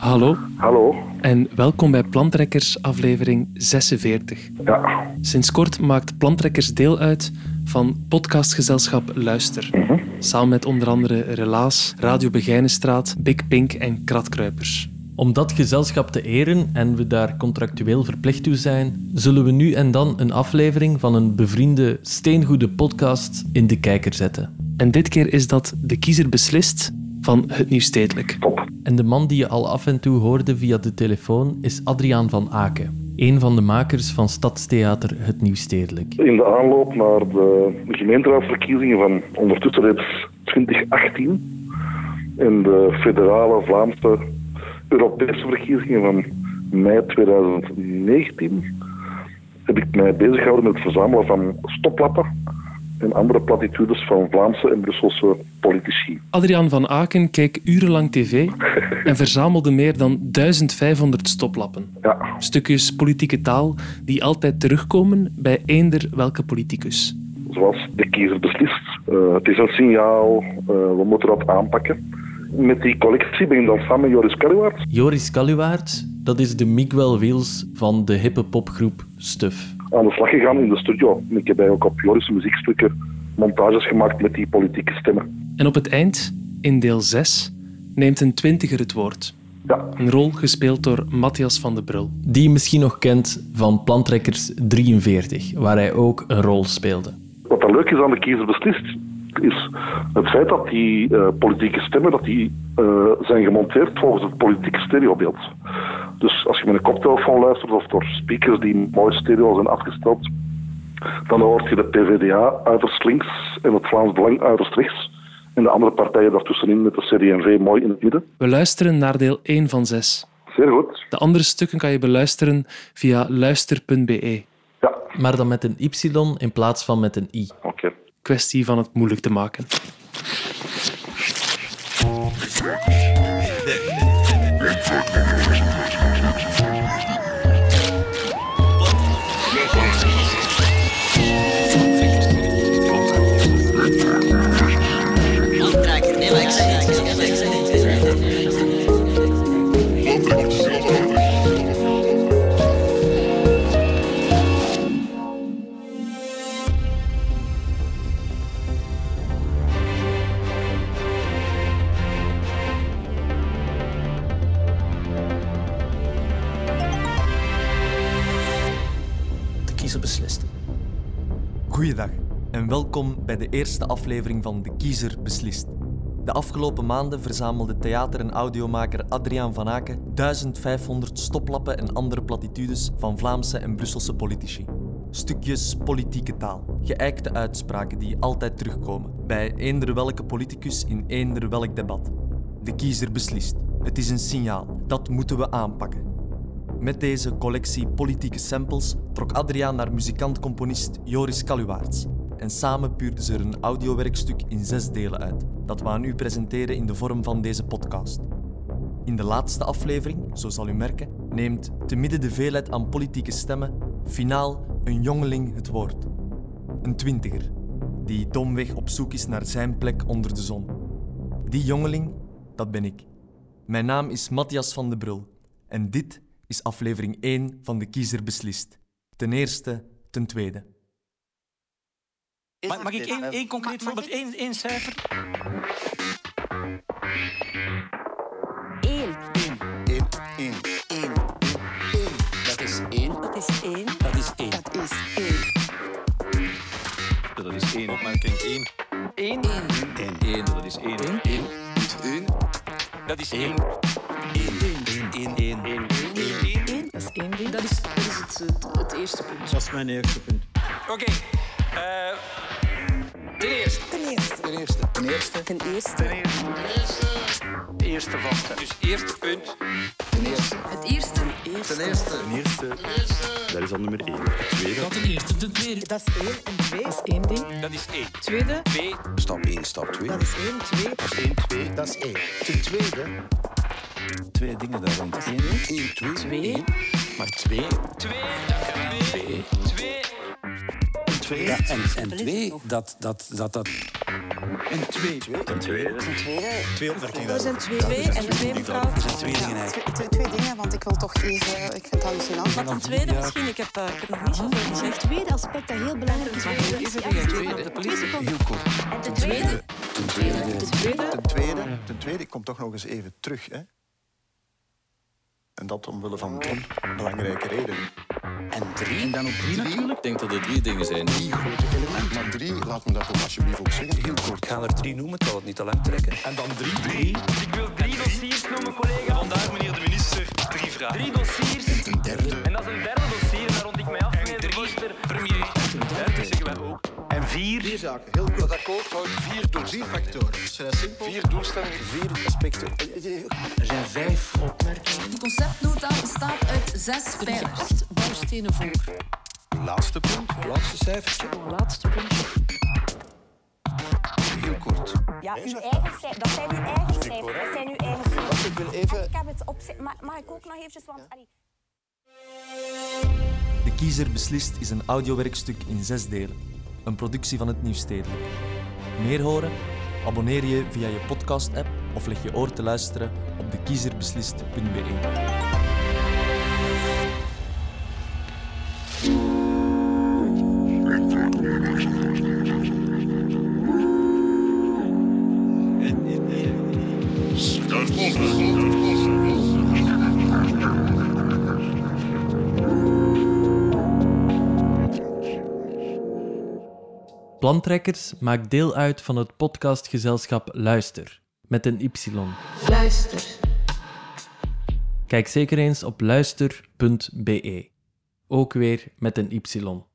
Hallo. Hallo. En welkom bij Plantrekkers aflevering 46. Ja. Sinds kort maakt Plantrekkers deel uit van podcastgezelschap Luister. Samen met onder andere Relaas, Radio Begijnenstraat, Big Pink en Kratkruipers. Om dat gezelschap te eren en we daar contractueel verplicht toe zijn, zullen we nu en dan een aflevering van een bevriende steengoede podcast in de kijker zetten. En dit keer is dat De Kiezer Beslist van Het Nieuw Stedelijk. Top. En de man die je al af en toe hoorde via de telefoon is Adriaan van Aken. Een van de makers van Stadstheater Het Nieuw Stedelijk. In de aanloop naar de gemeenteraadsverkiezingen van ondertussen reeds 2018 en de federale Vlaamse Europese verkiezingen van mei 2019 heb ik mij bezig gehouden met het verzamelen van stoplappen en andere platitudes van Vlaamse en Brusselse politici. Adriaan van Aken keek urenlang tv en verzamelde meer dan 1500 stoplappen. Ja. Stukjes politieke taal die altijd terugkomen bij eender welke politicus. Zoals De Kiezer Beslist. Het is een signaal, we moeten dat aanpakken. Met die collectie ben ik dan samen met Joris Kaluwaerts. Joris Kaluwaerts, dat is de Miguel Wiels van de hippe popgroep Stuf. Aan de slag gegaan in de studio. Ik heb eigenlijk op Joris' muziekstukken montages gemaakt met die politieke stemmen. En op het eind, in deel 6, neemt een twintiger het woord. Ja. Een rol gespeeld door Matthias van de Brul. Die je misschien nog kent van Plantrekkers 43, waar hij ook een rol speelde. Wat er leuk is aan De Kiezer Beslist, is het feit dat die politieke stemmen zijn gemonteerd volgens het politieke stereobeeld. Dus als je met een koptelefoon luistert of door speakers die mooi stereo zijn afgesteld, dan hoort je de PvdA uiterst links en het Vlaams Belang uiterst rechts. En de andere partijen daartussenin met de CD&V mooi in het midden. We luisteren naar deel 1 van 6. Zeer goed. De andere stukken kan je beluisteren via luister.be. Ja. Maar dan met een y in plaats van met een i. Oké. Kwestie van het moeilijk te maken. Beslist. Goeiedag en welkom bij de eerste aflevering van De Kiezer Beslist. De afgelopen maanden verzamelde theater- en audiomaker Adriaan van Aken 1500 stoplappen en andere platitudes van Vlaamse en Brusselse politici. Stukjes politieke taal, geëikte uitspraken die altijd terugkomen bij eender welke politicus in eender welk debat. De Kiezer Beslist. Het is een signaal, dat moeten we aanpakken. Met deze collectie politieke samples trok Adriaan naar muzikant-componist Joris Kaluwaerts. En samen puurden ze er een audiowerkstuk in 6 delen uit, dat we aan u presenteren in de vorm van deze podcast. In de laatste aflevering, zo zal u merken, neemt te midden de veelheid aan politieke stemmen finaal een jongeling het woord. Een twintiger, die domweg op zoek is naar zijn plek onder de zon. Die jongeling, dat ben ik. Mijn naam is Matthias van de Brul en dit is aflevering 1 van De Kiezer Beslist. Ten eerste, ten tweede. Mag ik één concreet voorbeeld, één cijfer? 1. Dat is 1. Dat is 1. Dat is 1. Dat is 1. Dat is 1. Opmerking 1. 1. 1. Dat is 1. 1. 1. Dat is 1. 1. 1. Dat is 1 ding. Dat is het eerste punt. Dat is mijn eerste punt. Oké. Ten eerste. Eerste vaste. Dus eerste punt. Het eerste. Dat is al nummer 1. Het tweede. Wat een eerste, de tweede. Dat is 1 en 2. Dat is 1 ding. Dat is 1. Tweede. 2. Stap 1, stap 2. Dat is 1, 2. Dat is 1, 2. Dat is 1. Ten tweede. 2 dingen daar rond. 1, 2, 2. Maar 2. 2. 2. 2. Ja, en 2, dat. En 2. Ten tweede. Ten tweede. 2 opmerkingen Er zijn daarover. 2 en 2 mevrouw. Er zijn 2 dingen eigenlijk. ik wil toch even... Ik vind dat misschien Wat een tweede misschien? Ik heb nog niet zoveel gezegd. Het tweede aspect dat heel belangrijk is. Heel kort. De tweede. Ten tweede, ik kom toch nog eens even terug. Hè? En dat omwille van 3 belangrijke redenen. En 3? En dan op 3 natuurlijk. Ik denk dat er 3 dingen zijn. 3 grote elementen. Maar 3, laat me dat toch alsjeblieft ook zeggen. Heel kort. Ik ga er 3 noemen, ik zal het niet te lang trekken. En dan 3. Ik wil 3 dossiers noemen, collega. Vandaar, meneer de minister, 3 vragen. 3 dossiers. En een derde. En dat is een derde dossier, en daar rond ik mij af, meneer de voorzitter. Premier. En een derde zeggen wij ook. En 4. 4 zaken, heel kort. Dat akkoord houdt 4 factoren. Is dat simpel? 4 doelstellingen, 4 aspecten. Er zijn 5 opmerkingen. De conceptnota bestaat uit 6 pijlers. Bouwstenen voor. Laatste punt, laatste cijfertje. Laatste puntje. Heel kort. Ja, uw eigen cijfers. Dat zijn uw eigen cijfers. Dat zijn uw eigen cijfers. Wacht, ik wil even... Ik heb het opzet. Mag ik ook nog eventjes... Want, De Kiezer Beslist is een audiowerkstuk in 6 delen. Een productie van het Nieuwstedelijk. Meer horen? Abonneer je via je podcast-app of leg je oor te luisteren op dekiezerbeslist.be. Plantrekkers maakt deel uit van het podcastgezelschap Luister, met een Y. Luister. Kijk zeker eens op luister.be, ook weer met een Y.